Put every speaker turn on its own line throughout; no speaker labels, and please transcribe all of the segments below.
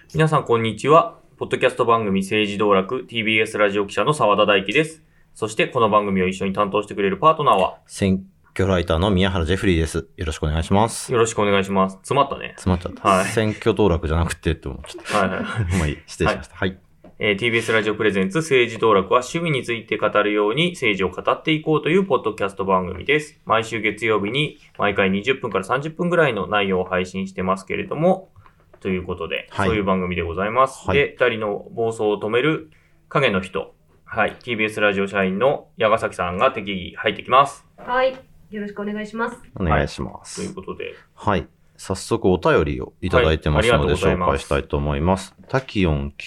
皆さんこんにちは。ポッドキャスト番組政治道楽 TBS ラジオ記者の澤田大樹です。そしてこの番組を一緒に担当してくれるパートナーは
選挙ライターの宮原ジェフリーです。よろしくお願いします。
よろしくお願いします。詰まったね。
詰まっちゃった。
はい。
選挙道楽じゃなくてって思っちゃった。
はいはい。
まあいい。失礼しました。はい。
TBS ラジオプレゼンツ政治道楽は趣味について語るように政治を語っていこうというポッドキャスト番組です。毎週月曜日に毎回20分から30分ぐらいの内容を配信してますけれども、ということで、はい、そういう番組でございます。はい、で、二人の暴走を止める影の人、はい、TBS ラジオ社員の矢ヶ崎さんが適宜入ってきます。
はい、よろしくお願いします。
お願いします。
はい、ということで、
はい、早速お便りをいただいてますので、紹介したいと思います。タキオン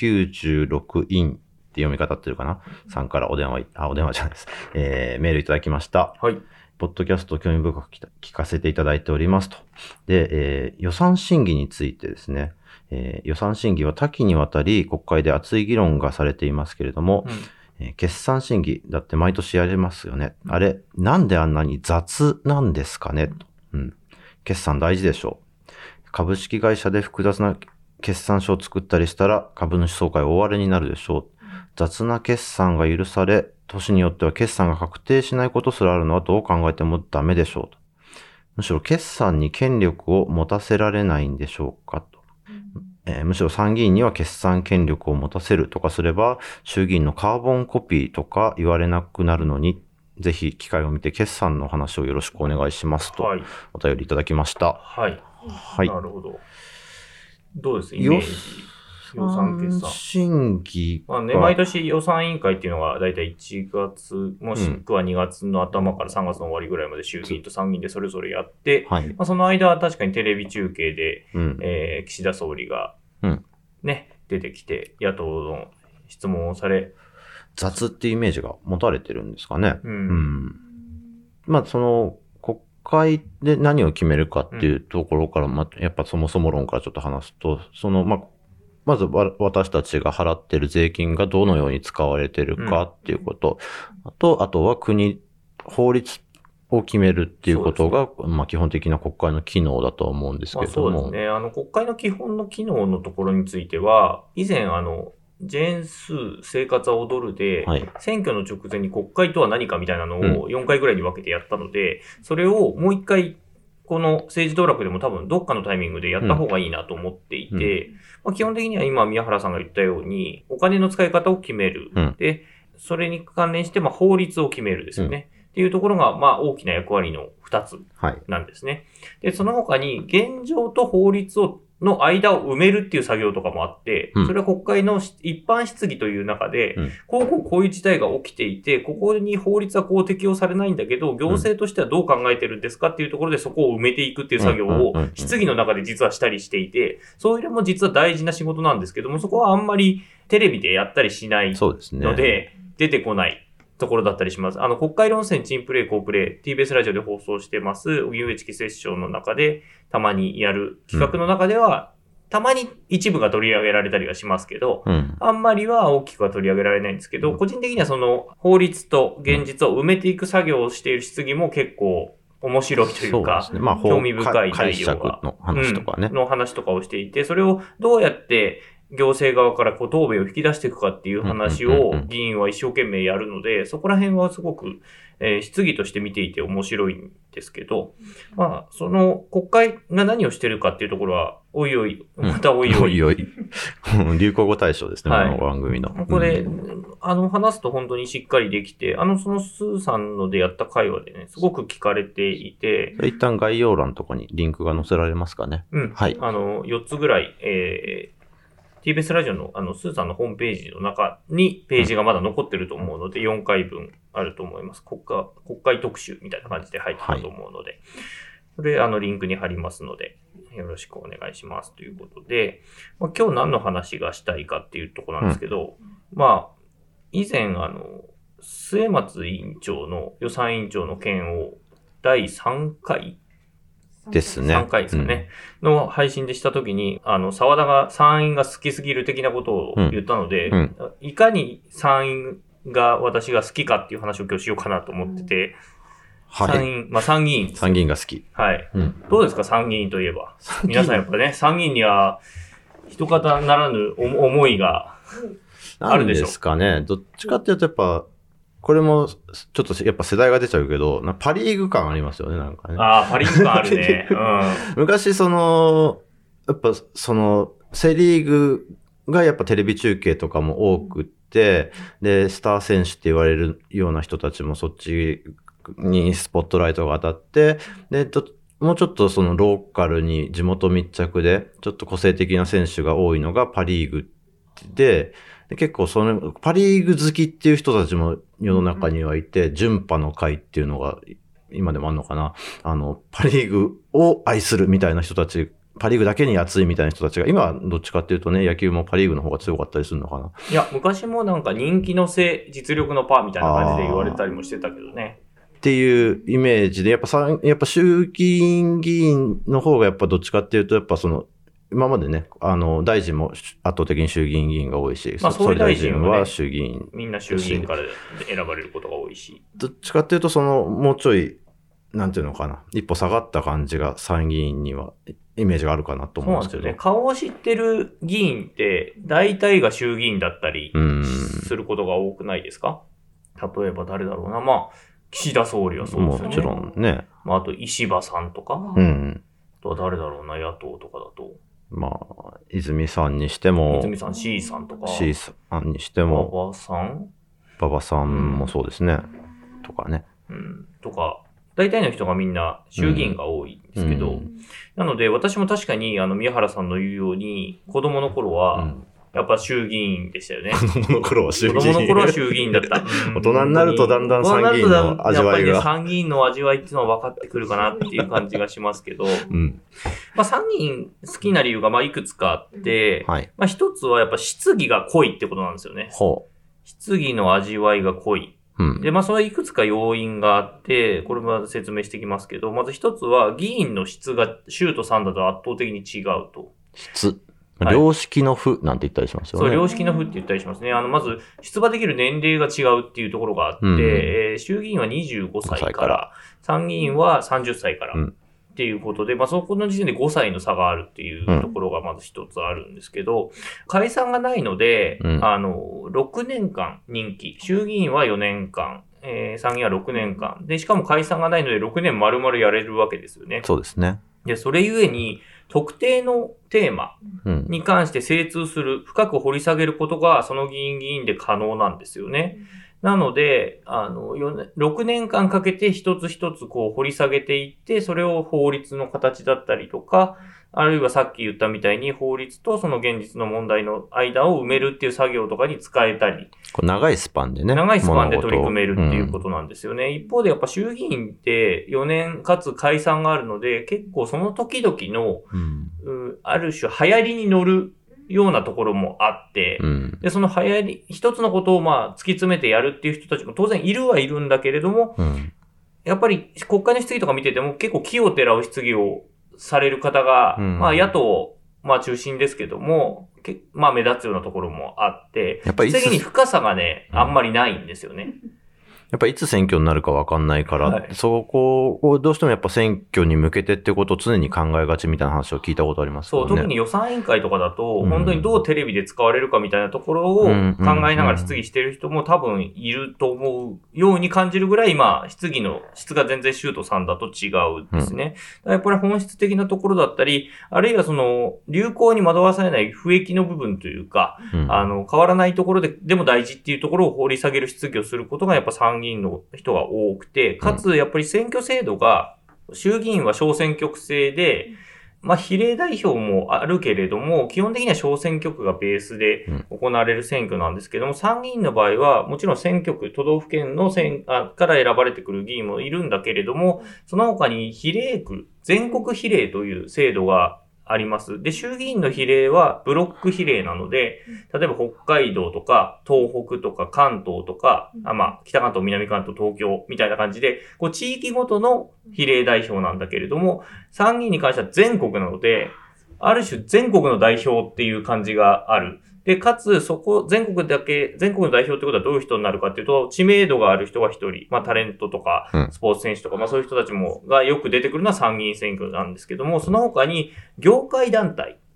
96インって読み方ってるかな、さんからお電話じゃないです。メールいただきました。
はい。
ポッドキャスト興味深く聞かせていただいておりますと。で、予算審議についてですね、予算審議は多岐にわたり国会で熱い議論がされていますけれども、決算審議だって毎年やれますよね。あれ、なんであんなに雑なんですかねと。決算大事でしょう。株式会社で複雑な決算書を作ったりしたら株主総会大荒れになるでしょう。雑な決算が許され、年によっては決算が確定しないことすらあるのはどう考えてもダメでしょうと。むしろ決算に権力を持たせられないんでしょうかと。むしろ参議院には決算権力を持たせるとかすれば、衆議院のカーボンコピーとか言われなくなるのに、ぜひ機会を見て決算の話をよろしくお願いしますと、お便りいただきました。
はい。
はい。
なるほど。どうですイメージ？予算決算。
審議
まあね、毎年予算委員会っていうのがだいたい1月、もしくは2月の頭から3月の終わりぐらいまで衆議院と参議院でそれぞれやって、はい、まあ、その間は確かにテレビ中継で、岸田総理が、ね、出てきて野党の質問をされ。
雑っていうイメージが持たれてるんですかね。まあその、国会で何を決めるかっていうところから、やっぱそもそも論からちょっと話すと、まず私たちが払ってる税金がどのように使われてるかっていうこと、あとは法律を決めるっていうことが、基本的な国会の機能だと思うんですけれども。
そうですね。国会の基本の機能のところについては、以前ジェーンスー生活は踊るで、選挙の直前に国会とは何かみたいなのを4回ぐらいに分けてやったので、それをもう1回、この政治道楽でも多分どっかのタイミングでやった方がいいなと思っていて、基本的には今宮原さんが言ったように、お金の使い方を決める。で、それに関連して法律を決めるですよね。っていうところが大きな役割の2つなんですね。で、その他に現状と法律の間を埋めるっていう作業とかもあって、それは国会の一般質疑という中で、こういう事態が起きていて、ここに法律はこう適用されないんだけど、行政としてはどう考えてるんですかっていうところでそこを埋めていくっていう作業を質疑の中で実はしたりしていて、そういうのも実は大事な仕事なんですけども、そこはあんまりテレビでやったりしないので、出てこないところだったりします。国会論戦、チンプレイ、コープレイ、TBS ラジオで放送してます、荻上チキセッションの中で、たまにやる企画の中では、たまに一部が取り上げられたりはしますけど、あんまりは大きくは取り上げられないんですけど、個人的にはその法律と現実を埋めていく作業をしている質疑も結構面白いというか、興味深い内容が、
の話とかね。
の話とかをしていて、それをどうやって行政側から答弁を引き出していくかっていう話を議員は一生懸命やるので、そこら辺はすごく、質疑として見ていて面白いんですけど、その国会が何をしてるかっていうところは、おいおい、またおいおい。
流行語大賞ですね、この番組の。
ここで、話すと本当にしっかりできて、そのスーさんのでやった会話でね、すごく聞かれていて。
一旦概要欄とかにリンクが載せられますかね。
はい。4つぐらい、TBS ラジオのスーさんのホームページの中にページがまだ残ってると思うので、4回分あると思います。国会特集みたいな感じで入ってたと思うので、それリンクに貼りますので、よろしくお願いしますということで、今日何の話がしたいかっていうところなんですけど、以前末松委員長の予算委員長の件を第3回
ですね。
3回ですよね。の配信でしたときに、沢田が参院が好きすぎる的なことを言ったので、いかに参院が私が好きかっていう話を今日しようかなと思ってて、参議院。
参議院が好き。
はい。どうですか、参議院といえば。皆さんやっぱね、参議院には、 一方ならぬ思いがあるでしょう。
なんですかね。どっちかっていうとやっぱ、これも、ちょっとやっぱ世代が出ちゃうけど、パリーグ感ありますよね、なんかね。
ああ、パリーグ感あるね。うん、
昔やっぱセリーグがやっぱテレビ中継とかも多くって、で、スター選手って言われるような人たちもそっちにスポットライトが当たって、で、もうちょっとそのローカルに地元密着で、ちょっと個性的な選手が多いのがパリーグで、結構パリーグ好きっていう人たちも世の中にはいて、順波の会っていうのが今でもあるのかな。パリーグを愛するみたいな人たち、パリーグだけに熱いみたいな人たちが、今はどっちかっていうとね、野球もパリーグの方が強かったりするのかな。
いや、昔もなんか人気の背、実力のパーみたいな感じで言われたりもしてたけどね。
っていうイメージで、やっぱ衆議院議員の方がやっぱどっちかっていうと、やっぱ今までね、大臣も圧倒的に衆議院議員が多いし、
総理大臣は
衆議院。
みんな衆議院から選ばれることが多いし。
どっちかっていうと、もうちょい、なんていうのかな、一歩下がった感じが参議院には、イメージがあるかなと思うんですけど。
そうなんですよね。顔を知ってる議員って、大体が衆議院だったりすることが多くないですか？例えば誰だろうな。岸田総理はそうですよね。
もちろんね。
あと石破さんとか。
うん。
あとは誰だろうな、野党とかだと。
泉さんにしても。
泉さん、C さんとか。
C さんにしても。馬場さんもそうですね。とかね。
うん。とか、大体の人がみんな衆議院が多いんですけど、なので私も確かに宮原さんの言うように、子供の頃は、やっぱ衆議院でしたよね。
子供の頃は衆議院。
子供の頃は衆議院だった。
大人になるとだんだん参議院の味わいが。
やっぱりね、参議院の味わいっていうのは分かってくるかなっていう感じがしますけど、参議院好きな理由がいくつかあって、一つはやっぱ質疑が濃いってことなんですよね。質疑の味わいが濃い。で、それはいくつか要因があって、これも説明していきますけど、まず一つは議員の質が州と3だと圧倒的に違うと。
質。良識の負なんて言ったりしますよね。
そう、良識の負って言ったりしますね。まず、出馬できる年齢が違うっていうところがあって、衆議院は25歳から、参議院は30歳からっていうことで、そこの時点で5歳の差があるっていうところがまず一つあるんですけど、解散がないので、6年間任期、衆議院は4年間、参議院は6年間。で、しかも解散がないので6年丸々やれるわけですよね。
そうですね。
で、それゆえに、特定のテーマに関して精通する、深く掘り下げることが、その議員で可能なんですよね。なので、6年間かけて一つ一つ掘り下げていって、それを法律の形だったりとか、あるいはさっき言ったみたいに法律とその現実の問題の間を埋めるっていう作業とかに使えたり。
長いスパンでね。
長いスパンで取り組めるっていうことなんですよね。一方でやっぱ衆議院って4年かつ解散があるので、結構その時々の、ある種流行りに乗るようなところもあって、で、その流行り、一つのことを突き詰めてやるっていう人たちも当然いるはいるんだけれども、やっぱり国会の質疑とか見てても結構奇をてらう質疑をされる方が、野党、中心ですけども、目立つようなところもあって、質疑に深さがね、あんまりないんですよね。
やっぱいつ選挙になるか分かんないから、そこをどうしてもやっぱ選挙に向けてってことを常に考えがちみたいな話を聞いたことありますよね。
そう、特に予算委員会とかだと、本当にどうテレビで使われるかみたいなところを考えながら質疑してる人も多分いると思うように感じるぐらい、今、質疑の質が全然州と3だと違うんですね。やっぱり本質的なところだったり、あるいはその、流行に惑わされない不益の部分というか、変わらないところでも大事っていうところを掘り下げる質疑をすることがやっぱ参議院の人が多くて、かつやっぱり選挙制度が、衆議院は小選挙区制で、比例代表もあるけれども、基本的には小選挙区がベースで行われる選挙なんですけども、参議院の場合は、もちろん選挙区、都道府県のから選ばれてくる議員もいるんだけれども、その他に比例区、全国比例という制度があります。で、衆議院の比例はブロック比例なので、例えば北海道とか東北とか関東とか、北関東、南関東、東京みたいな感じで、地域ごとの比例代表なんだけれども、参議院に関しては全国なので、ある種全国の代表っていう感じがある。で、かつ、全国の代表ってことはどういう人になるかっていうと、知名度がある人が一人、タレントとか、スポーツ選手とか、そういう人たちがよく出てくるのは参議院選挙なんですけども、その他に、業界団体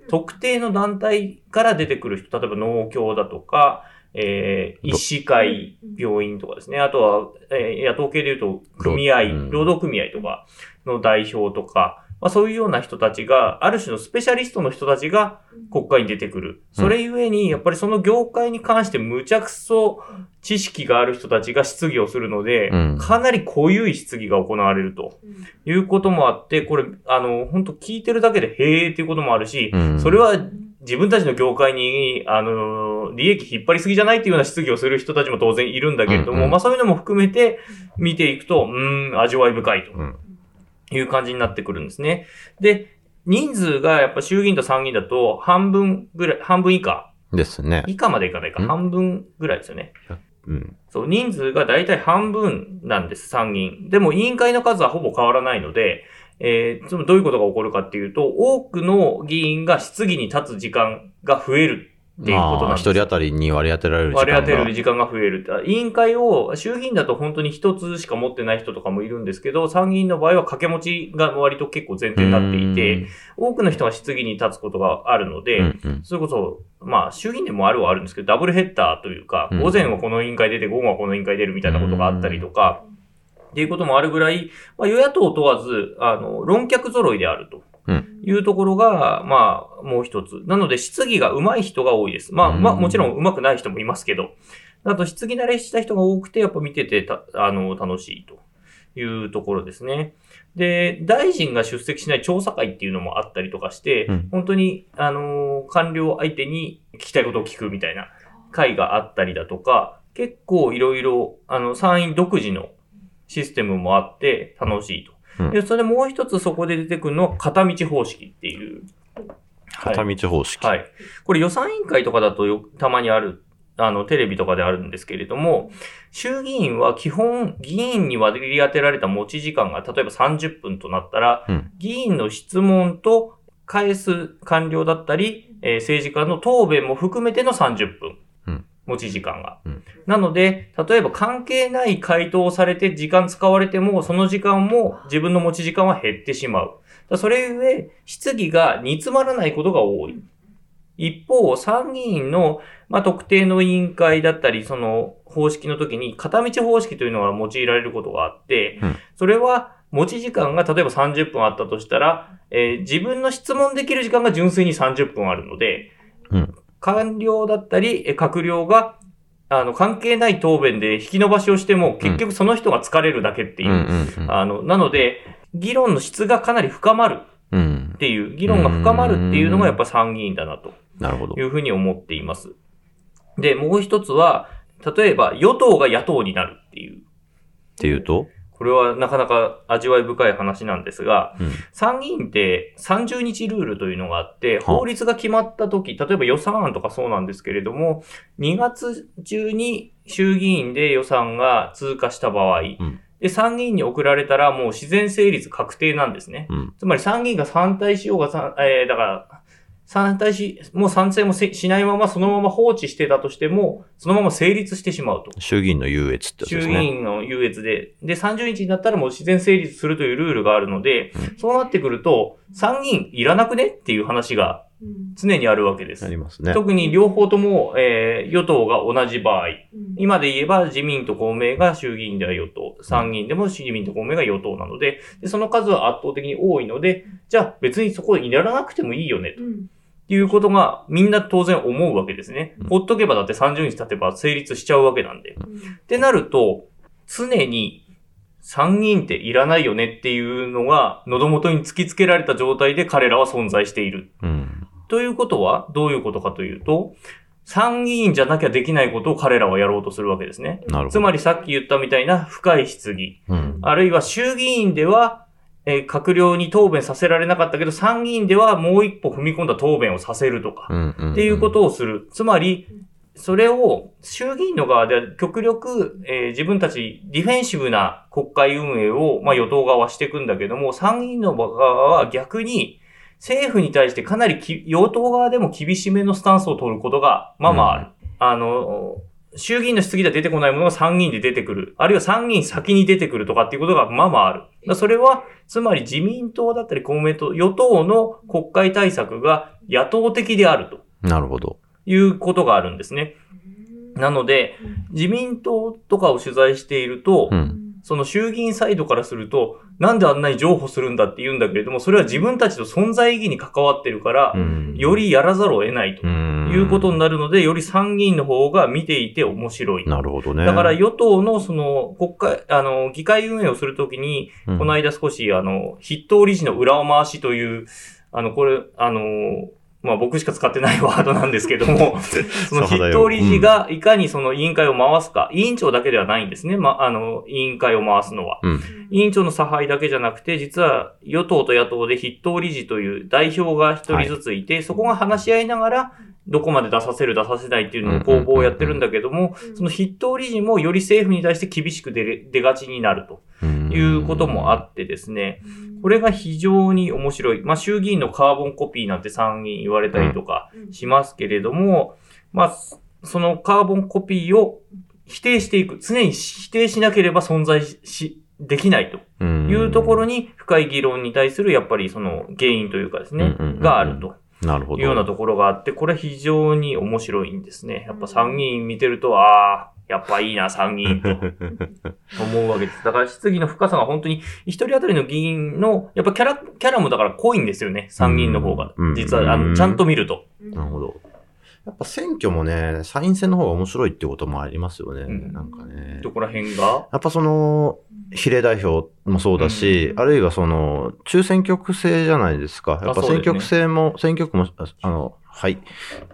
特定の団体から出てくる人、例えば農協だとか、医師会、病院とかですね。あとは、野党系で言うと、労働組合とかの代表とか、そういうような人たちが、ある種のスペシャリストの人たちが国会に出てくる。それゆえに、やっぱりその業界に関してむちゃくそ知識がある人たちが質疑をするので、かなり濃ゆい質疑が行われるということもあって、これ、本当聞いてるだけでへーっていうこともあるし、それは自分たちの業界に、利益引っ張りすぎじゃないっていうような質疑をする人たちも当然いるんだけれども、そういうのも含めて見ていくと、味わい深いと。いう感じになってくるんですね。で、人数がやっぱ衆議院と参議院だと半分以下。
ですね。
以下までいかないか。半分ぐらいですよね。そう、人数がだいたい半分なんです、参議院。でも委員会の数はほぼ変わらないので、どういうことが起こるかっていうと、多くの議員が質疑に立つ時間が増える。っていうことなんです。
一人当たりに割り当てられる時間が。
割り当てる時間が増える。委員会を、衆議院だと本当に一つしか持ってない人とかもいるんですけど、参議院の場合は掛け持ちが割と結構前提になっていて、多くの人が質疑に立つことがあるので、それこそ、衆議院でもあるはあるんですけど、ダブルヘッダーというか、午前はこの委員会出て、午後はこの委員会出るみたいなことがあったりとか、っていうこともあるぐらい、与野党問わず、論客揃いであると。いうところが、もう一つ。なので、質疑が上手い人が多いです。もちろん上手くない人もいますけど、あと、質疑慣れした人が多くて、やっぱ見てて楽しいというところですね。で、大臣が出席しない調査会っていうのもあったりとかして、本当に、官僚相手に聞きたいことを聞くみたいな会があったりだとか、結構いろいろ、参院独自のシステムもあって楽しいと。で、それもう一つそこで出てくるのは片道方式っていう。
片道方式。
はい。これ予算委員会とかだとたまにある、テレビとかであるんですけれども、衆議院は基本議員に割り当てられた持ち時間が例えば30分となったら、議員の質問と返す官僚だったり、政治家の答弁も含めての30分。持ち時間が。なので、例えば関係ない回答をされて時間使われても、その時間も自分の持ち時間は減ってしまう。それゆえ、質疑が煮詰まらないことが多い。一方、参議院の、特定の委員会だったり、その方式の時に、片道方式というのが用いられることがあって、それは、持ち時間が例えば30分あったとしたら、自分の質問できる時間が純粋に30分あるので、官僚だったり、閣僚が、関係ない答弁で引き延ばしをしても、結局その人が疲れるだけっていう。なので、議論の質がかなり深まるっていう、議論が深まるっていうのがやっぱ参議院だなと。いうふうに思っています。で、もう一つは、例えば与党が野党になるっていう。
っていうと？
これはなかなか味わい深い話なんですが、参議院って30日ルールというのがあって、法律が決まった時、例えば予算案とかそうなんですけれども、2月中に衆議院で予算が通過した場合、で、参議院に送られたらもう自然成立確定なんですね。つまり参議院が反対しようが、だから、もう賛成もしないままそのまま放置してたとしても、そのまま成立してしまうと。
衆議院の優越ってやつですね。
衆議院の優越で。で、30日になったらもう自然成立するというルールがあるので、そうなってくると、参議院いらなくねっていう話が常にあるわけです。
ありますね。
特に両方とも、与党が同じ場合、今で言えば自民と公明が衆議院では与党、参議院でも自民と公明が与党なので、その数は圧倒的に多いので、じゃあ別にそこいらなくてもいいよねと。いうことがみんな当然思うわけですね。ほっとけばだって30日経てば成立しちゃうわけなんで。ってなると、常に参議院っていらないよねっていうのが喉元に突きつけられた状態で彼らは存在している。ということはどういうことかというと、参議院じゃなきゃできないことを彼らはやろうとするわけですね。つまりさっき言ったみたいな深い質疑。あるいは衆議院では閣僚に答弁させられなかったけど、参議院ではもう一歩踏み込んだ答弁をさせるとか、っていうことをする。つまり、それを衆議院の側では極力、自分たちディフェンシブな国会運営を、与党側はしていくんだけども、参議院の側は逆に政府に対してかなり与党側でも厳しめのスタンスを取ることがある。 衆議院の質疑では出てこないものが参議院で出てくる。あるいは参議院先に出てくるとかっていうことがまあまあある。それは、つまり自民党だったり公明党、与党の国会対策が野党的であると。
なるほど。
いうことがあるんですね。なので、自民党とかを取材していると、その衆議院サイドからすると、なんであんなに譲歩するんだって言うんだけれども、それは自分たちの存在意義に関わってるから、よりやらざるを得ないということになるので、より参議院の方が見ていて面白い。
なるほどね。
だから与党のその議会運営をするときに、この間少し筆頭理事の裏回しという、これ、まあ僕しか使ってないワードなんですけども、その筆頭理事がいかにその委員会を回すか、委員長だけではないんですね。委員会を回すのは。委員長の差配だけじゃなくて、実は与党と野党で筆頭理事という代表が一人ずついて、そこが話し合いながら、どこまで出させる出させないっていうのを攻防をやってるんだけども、その筆頭理事もより政府に対して厳しく出がちになるということもあってですね、これが非常に面白い。まあ衆議院のカーボンコピーなんて参議院言われたりとかしますけれども、まあそのカーボンコピーを否定していく。常に否定しなければ存在できないというところに深い議論に対するやっぱりその原因というかですね、があると。
なるほど。
いうようなところがあって、これ非常に面白いんですね。やっぱ参議院見てると、やっぱいいな、参議院と思うわけです。だから質疑の深さが本当に一人当たりの議員の、やっぱキャラもだから濃いんですよね、参議院の方が。実は、ちゃんと見ると。
なるほど。やっぱ選挙もね、参院選の方が面白いってこともありますよね。なんかね。
どこら辺が？
やっぱその、比例代表もそうだし、あるいはその、中選挙区制じゃないですか。やっぱ選挙区制も、選挙区も、はい。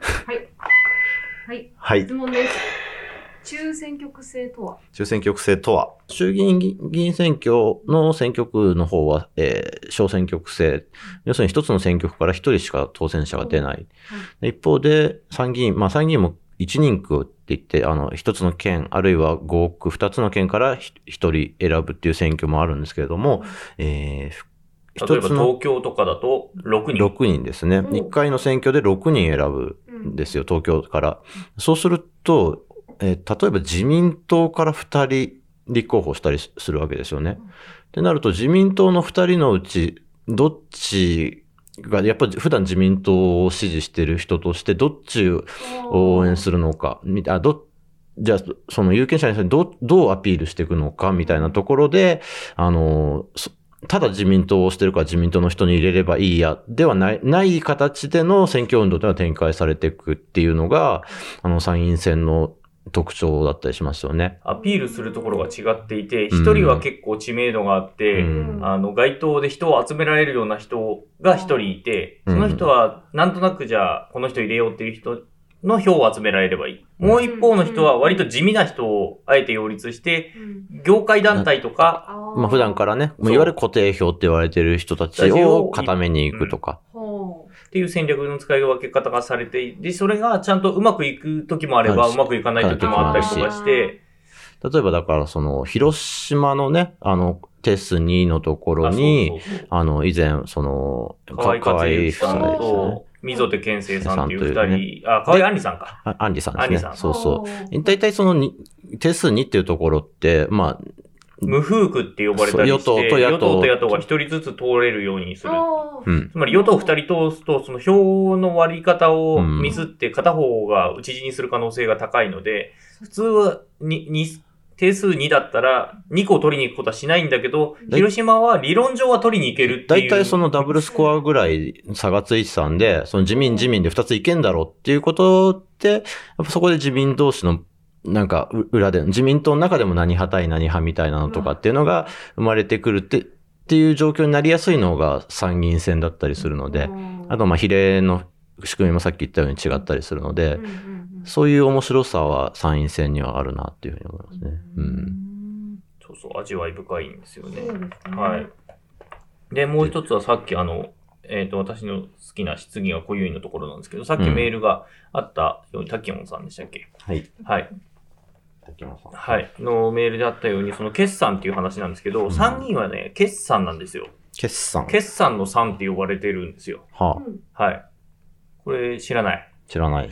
はい。質問です。中選挙区制とは？
中選挙区制とは、衆議院議員選挙の選挙区の方は、小選挙区制。要するに一つの選挙区から一人しか当選者が出ない。一方で、参議院も一人区って言って、一つの県、あるいは合区、二つの県から一人選ぶっていう選挙もあるんですけれども、
例えば東京とかだと6人。
6人ですね。1回の選挙で6人選ぶんですよ、東京から。そうすると、例えば自民党から2人立候補したりするわけですよね。ってなると自民党の2人のうち、どっちが、やっぱり普段自民党を支持している人としてどっちを応援するのか、じゃあその有権者にどうアピールしていくのかみたいなところで、ただ自民党をしてるから自民党の人に入れればいいや、ではない形での選挙運動というのは展開されていくっていうのが、参院選の特徴だったりしますよね。
アピールするところが違っていて、一人は結構知名度があって、街頭で人を集められるような人が一人いて、その人はなんとなくじゃあこの人入れようっていう人の票を集められればいい。もう一方の人は割と地味な人をあえて擁立して、業界団体とか、
普段からね、いわゆる固定票って言われてる人たちを固めに行くとか。
っていう戦略の使い分け方がされて、で、それがちゃんとうまくいく時もあれば、うまくいかない時もあったりとかして、
例えばだから広島のね、テス2のところに、以前、
河合克行さんと、溝手健生さんっていう二人、河合杏里さんか。
杏里さんですね。そう。大体テス2っていうところって、
無風区って呼ばれたりして、与党と野党が一人ずつ通れるようにする。つまり与党二人通すと、その票の割り方をミスって片方が討ち死にする可能性が高いので、普通は定数2だったら2個取りに行くことはしないんだけど、広島は理論上は取りに行けるっていう。
大体そのダブルスコアぐらい差がついてたんで、その自民で2ついけんだろうっていうことで、やっぱそこで自民同士のなんか裏で自民党の中でも何派対何派みたいなのとかっていうのが生まれてくるっていう状況になりやすいのが参議院選だったりするので、あと比例の仕組みもさっき言ったように違ったりするので、そういう面白さは参院選にはあるなっていうふうに思いますね。
そう、味わい深いんですよね。はい。で、もう一つはさっき私の好きな質疑が濃いのところなんですけど、さっきメールがあったように、タキモンさんでしたっけ？
はい。
はい。はい。のメールであったように、その決算っていう話なんですけど、参議院はね、決算なんですよ。
決算
の算って呼ばれてるんですよ。はい。これ知らない？
知らないです。
はい。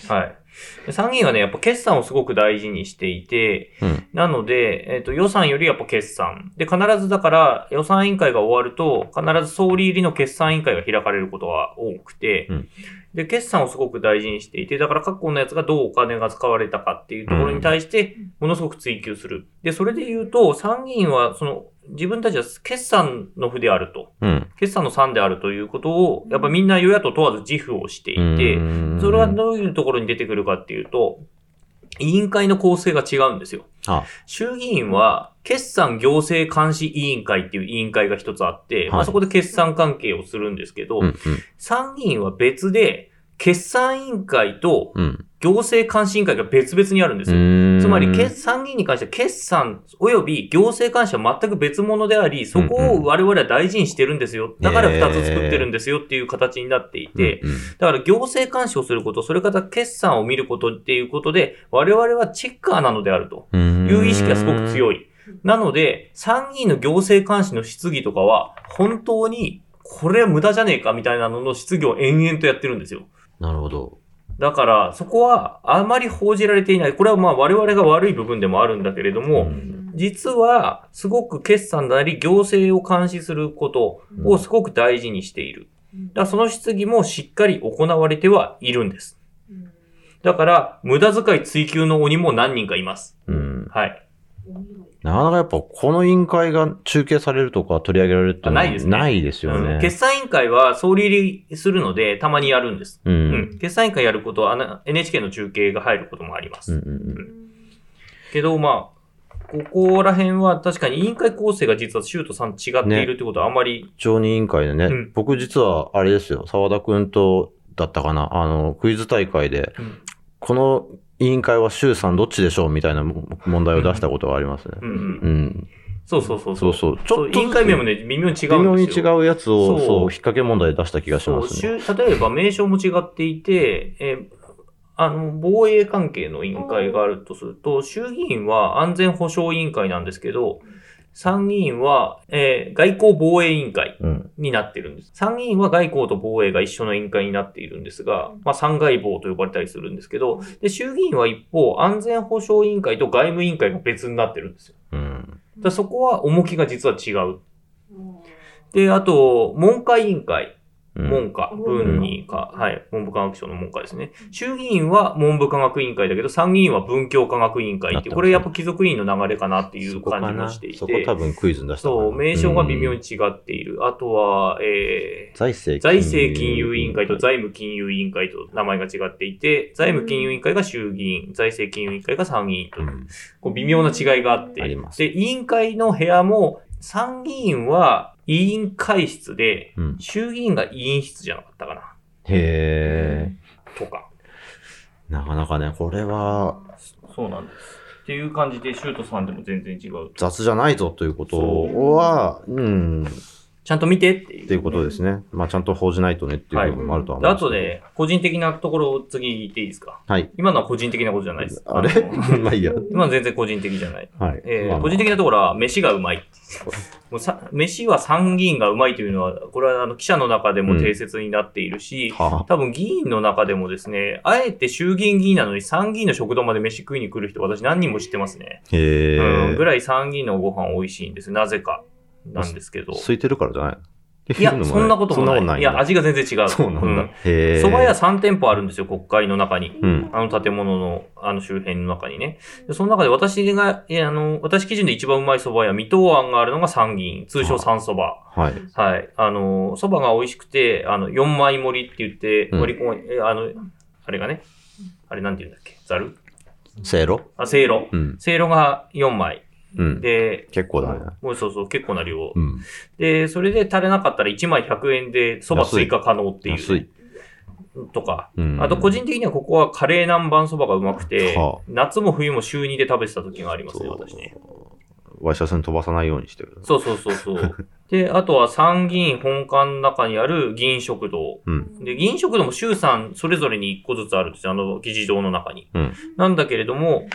参議院はね、やっぱ決算をすごく大事にしていて、なので、予算よりやっぱ決算。で、必ずだから予算委員会が終わると、必ず総理入りの決算委員会が開かれることが多くて、で、決算をすごく大事にしていて、だから各国のやつがどうお金が使われたかっていうところに対して、ものすごく追求する。で、それで言うと、参議院は、自分たちは決算の府であると。決算の3であるということを、やっぱみんな与野党問わず自負をしていて、それはどういうところに出てくるかっていうと、委員会の構成が違うんですよ。衆議院は、決算行政監視委員会っていう委員会が一つあって、そこで決算関係をするんですけど、参議院は別で、決算委員会と行政監視委員会が別々にあるんですよ。つまり、参議院に関しては決算及び行政監視は全く別物であり、そこを我々は大事にしてるんですよ。だから2つ作ってるんですよっていう形になっていて、だから行政監視をすること、それから決算を見ることっていうことで、我々はチェッカーなのであるという意識がすごく強い。なので、参議院の行政監視の質疑とかは、本当に、これは無駄じゃねえかみたいなのの質疑を延々とやってるんですよ。
なるほど。
だから、そこはあまり報じられていない。これはまあ我々が悪い部分でもあるんだけれども、実はすごく決算なり行政を監視することをすごく大事にしている。だからその質疑もしっかり行われてはいるんです。だから、無駄遣い追求の鬼も何人かいます。はい。
なかなかやっぱこの委員会が中継されるとか取り上げられるって
ないですね。
ないですよね。
決算委員会は総理入りするのでたまにやるんです。決算委員会やることは NHK の中継が入ることもあります。けどまあ、ここら辺は確かに委員会構成が実は州と3違っているってことはあんまり。
常任委員会でね、僕実はあれですよ、沢田くんとだったかな、クイズ大会で、この委員会は衆参どっちでしょうみたいな問題を出したことがありますね。
そう。ちょっと委員会名もね、微妙に違うんですよ。
微妙に違うやつを、引っ掛け問題で出した気がしますね。
例えば名称も違っていて、防衛関係の委員会があるとすると、衆議院は安全保障委員会なんですけど、参議院は、外交防衛委員会になっているんです。参議院は外交と防衛が一緒の委員会になっているんですが、参外防と呼ばれたりするんですけど、で、衆議院は一方、安全保障委員会と外務委員会が別になってるんですよ。だそこは重きが実は違う。で、あと、文科委員会。文科、文に科、はい、文部科学省の文科ですね。衆議院は文部科学委員会だけど、参議院は文教科学委員会っていう、これやっぱ貴族委員の流れかなっていう感じもしていて。
そこ多分クイズに出した。
そう、名称が微妙に違っている。あとは、
財政
金融委員会と財務金融委員会と名前が違っていて、財務金融委員会が衆議院、財政金融委員会が参議院という、こう微妙な違いがあって。で、委員会の部屋も、参議院は委員会室で、衆議院が委員室じゃなかったかな。とか。
なかなかね、これは。
そうなんです。っていう感じで、シュートさんでも全然違う。
雑じゃないぞということは、
ちゃんと見てっていう。
っていうことですね。ちゃんと報じないとねっていう部分もあるとは思います。
あとで、個人的なところを次言っていいですか？
はい。
今のは個人的なことじゃないです。
あれまあいいや。
今は全然個人的じゃない。
はい。
個人的なところは、飯がうまい。もう飯は参議院がうまいというのは、これは記者の中でも定説になっているし、多分議員の中でもですね、あえて衆議院議員なのに参議院の食堂まで飯食いに来る人、私何人も知ってますね。ぐらい参議院のご飯美味しいんです。なぜか。なんですけど。
空いてるからじゃない
いや、そんなこともない。いや、味が全然違う。
そうなんだ。
蕎麦屋3店舗あるんですよ、国会の中に。あの建物の、周辺の中にね。その中で私基準で一番うまい蕎麦屋、水戸庵があるのが参議院、通称三蕎麦。はい。はい。蕎麦が美味しくて、4枚盛りって言って、割り込み、あれがね、あれなんて言うんだっけ、ざる？
せいろ？
せいろ。せいろが4枚。で、
結構だね。
そう、結構な量。で、それで足りなかったら1枚100円で蕎麦追加可能っていう。安い。とか。あと個人的にはここはカレー南蛮蕎麦がうまくて、夏も冬も週2で食べてた時がありますね、私ね。
ワイシャツに飛ばさないようにしてる。
そう。で、あとは参議院本館の中にある議員食堂。で、議員食堂も週3それぞれに1個ずつあるんですよ、議事堂の中に。なんだけれども、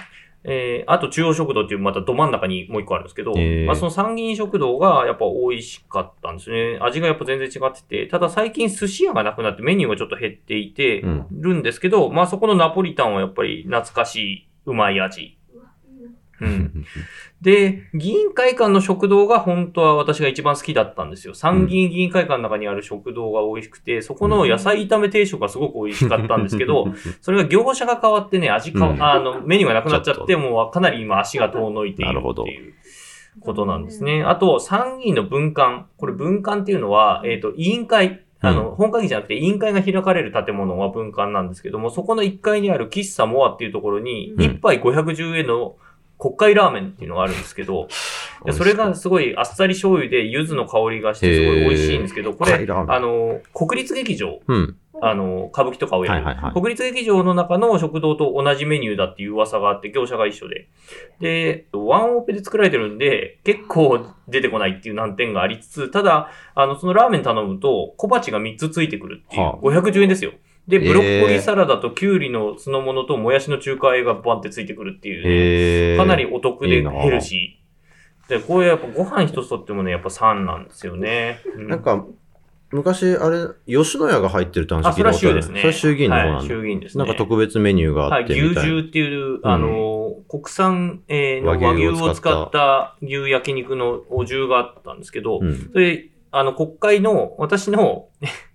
あと中央食堂っていうまたど真ん中にもう一個あるんですけど、その参議院食堂がやっぱ美味しかったんですね。味がやっぱ全然違ってて、ただ最近寿司屋がなくなってメニューがちょっと減っていてるんですけど、そこのナポリタンはやっぱり懐かしい、うまい味。で、議員会館の食堂が本当は私が一番好きだったんですよ。参議院議員会館の中にある食堂が美味しくて、そこの野菜炒め定食がすごく美味しかったんですけど、それが業者が変わってね、メニューがなくなっちゃって、もうかなり今足が遠のいているっていうことなんですね。あと、参議院の分館。これ分館っていうのは、委員会。本会議じゃなくて委員会が開かれる建物は分館なんですけども、そこの1階にある喫茶モアっていうところに、1杯510円の国会ラーメンっていうのがあるんですけど、それがすごいあっさり醤油で柚子の香りがしてすごい美味しいんですけど、これ、国立劇場、歌舞伎とかをやる、国立劇場の中の食堂と同じメニューだっていう噂があって、業者が一緒で。で、ワンオペで作られてるんで、結構出てこないっていう難点がありつつ、ただ、そのラーメン頼むと小鉢が3つついてくるっていう、510円ですよ。で、ブロッコリーサラダとキュウリの酢の物ともやしの中華和えがバンってついてくるっていう、かなりお得でヘルシー。で、こういうやっぱご飯一つとってもね、やっぱ3なんですよね。
なんか、昔、あれ、吉野家が入ってるって話聞いたことある。
それは衆ですね。
それは衆議院の方なんだ。
はい、衆議院ですね。
なんか特別メニューがあってみたいな。
牛重っていう、国産、の和牛を使った牛焼肉のお重があったんですけど、それ、国会の、私の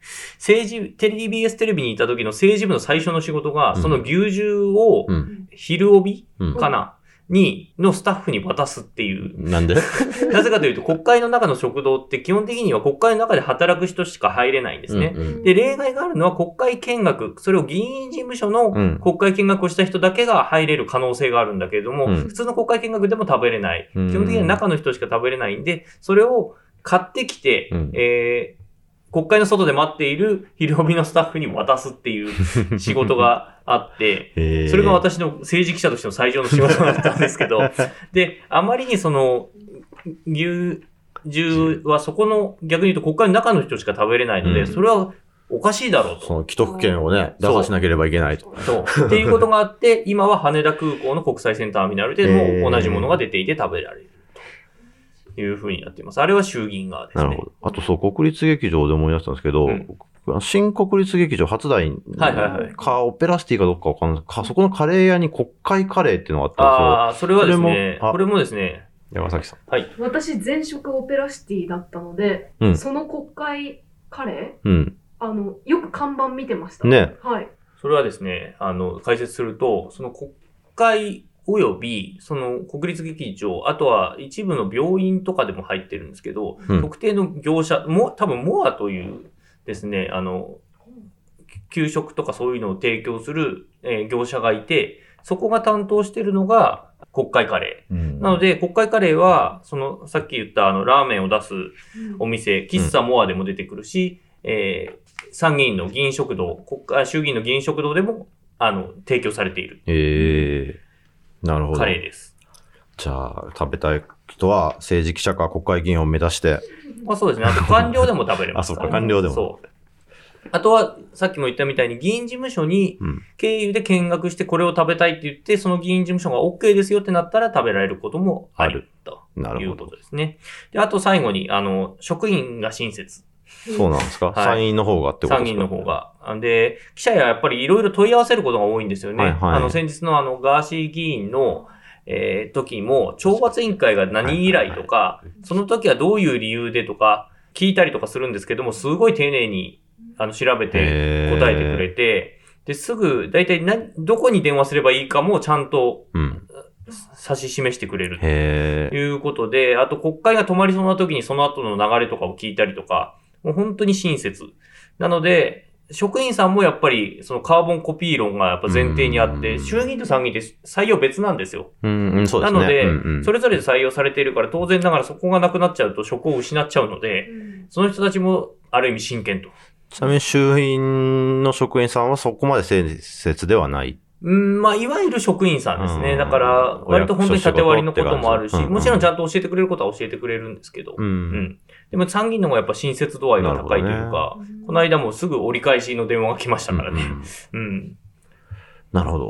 TBS テレビにいた時の政治部の最初の仕事が、その牛重を、昼帯かな、のスタッフに渡すっていう。
なんで
なぜかというと、国会の中の食堂って基本的には国会の中で働く人しか入れないんですね。で、例外があるのは国会見学、それを議員事務所の国会見学をした人だけが入れる可能性があるんだけれども、普通の国会見学でも食べれない。基本的には中の人しか食べれないんで、それを買ってきて、国会の外で待っている昼帯のスタッフに渡すっていう仕事があって、それが私の政治記者としての最上の仕事だったんですけど、で、あまりにその、牛重はそこの、逆に言うと国会の中の人しか食べれないので、それはおかしいだろうと。
その既得権をね、出さしなければいけないと。
そう。っていうことがあって、今は羽田空港の国際線ターミナルでも同じものが出ていて食べられる。いう風になっています。あれは衆議院側ですね。
なるほど。あとそう、国立劇場で思い出したんですけど、新国立劇場初代か、オペラシティかどっかわかんないか、そこのカレー屋に国会カレーっていうのがあったんですよ。
ああ、それはですね、これもですね、
山崎さん。
はい。私、前職オペラシティだったので、その国会カレー、よく看板見てました。
ね。
はい。
それはですね、解説すると、その国会、および、その国立劇場、あとは一部の病院とかでも入ってるんですけど、特定の業者、多分モアというですね、給食とかそういうのを提供する、業者がいて、そこが担当してるのが国会カレー。なので、国会カレーは、さっき言ったラーメンを出すお店、喫茶モアでも出てくるし、参議院の議員食堂、衆議院の議員食堂でも、提供されている。
なるほど。
カレーです。
じゃあ、食べたい人は政治記者か国会議員を目指して。
そうですね。あと官僚でも食べれます。
そっか、官僚でも。
そう。あとは、さっきも言ったみたいに議員事務所に経由で見学してこれを食べたいって言って、その議員事務所が OK ですよってなったら食べられることもあるということですね。で、あと最後に、職員が親切。
そうなんですか、参院の方がってことですか？
参議院の方が。で、記者やっぱりいろいろ問い合わせることが多いんですよね。先日のガーシー議員の、時も、懲罰委員会が何以来とか、その時はどういう理由でとか、聞いたりとかするんですけども、すごい丁寧に、調べて答えてくれて、で、すぐ、だいたいどこに電話すればいいかもちゃんと、指し示してくれるということで、あと国会が止まりそうな時にその後の流れとかを聞いたりとか、もう本当に親切。なので、職員さんもやっぱりそのカーボンコピー論がやっぱ前提にあって、衆議院と参議院って採用別なんですよ。
そうですね。
なので、それぞれで採用されているから当然ながらそこがなくなっちゃうと職を失っちゃうので、その人たちもある意味真剣と。
ちなみに衆院の職員さんはそこまで誠実ではない。
まあ、いわゆる職員さんですね。だから、割と本当に縦割りのこともあるし、もちろんちゃんと教えてくれることは教えてくれるんですけど、でも参議院の方がやっぱ親切度合いが高いというか、この間もすぐ折り返しの電話が来ましたからね。
なるほど。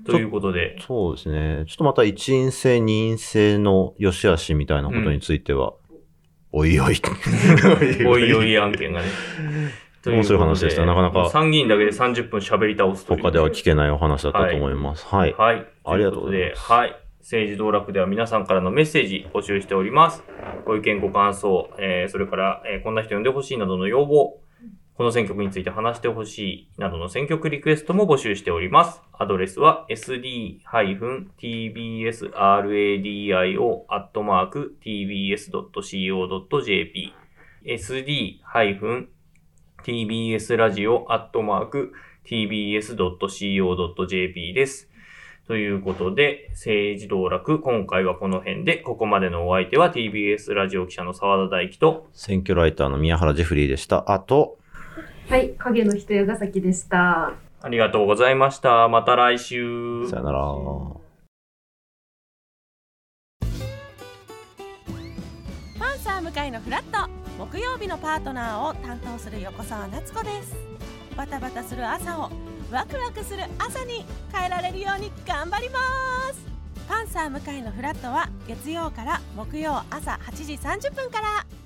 ということで。
そうですね。ちょっとまた一院制、二院制の良し悪しみたいなことについては、おいおい。
おいおい案件がね。
面白い話でした。なかなか。
参議院だけで30分喋り倒すという。
他では聞けないお話だったと思います。はい。
はい。
ありがとうございます。
はい。政治道楽では皆さんからのメッセージ募集しております。ご意見ご感想、それから、こんな人呼んでほしいなどの要望、この選挙区について話してほしいなどの選挙区リクエストも募集しております。アドレスは sd-tbsradio@tbs.co.jp sd-tbsradio@tbs.co.jp です。ということで、政治道楽、今回はこの辺で、ここまでのお相手は TBS ラジオ記者の澤田大樹と、
選挙ライターの宮原ジェフリーでした。あと、
はい、影の人矢ヶ崎でした。
ありがとうございました。また来週。
さよなら。
パンサー向井のフラット、木曜日のパートナーを担当する横澤夏子です。バタバタする朝をワクワクする朝に変えられるように頑張ります。パンサー向井のフラットは月曜から木曜朝8時30分から。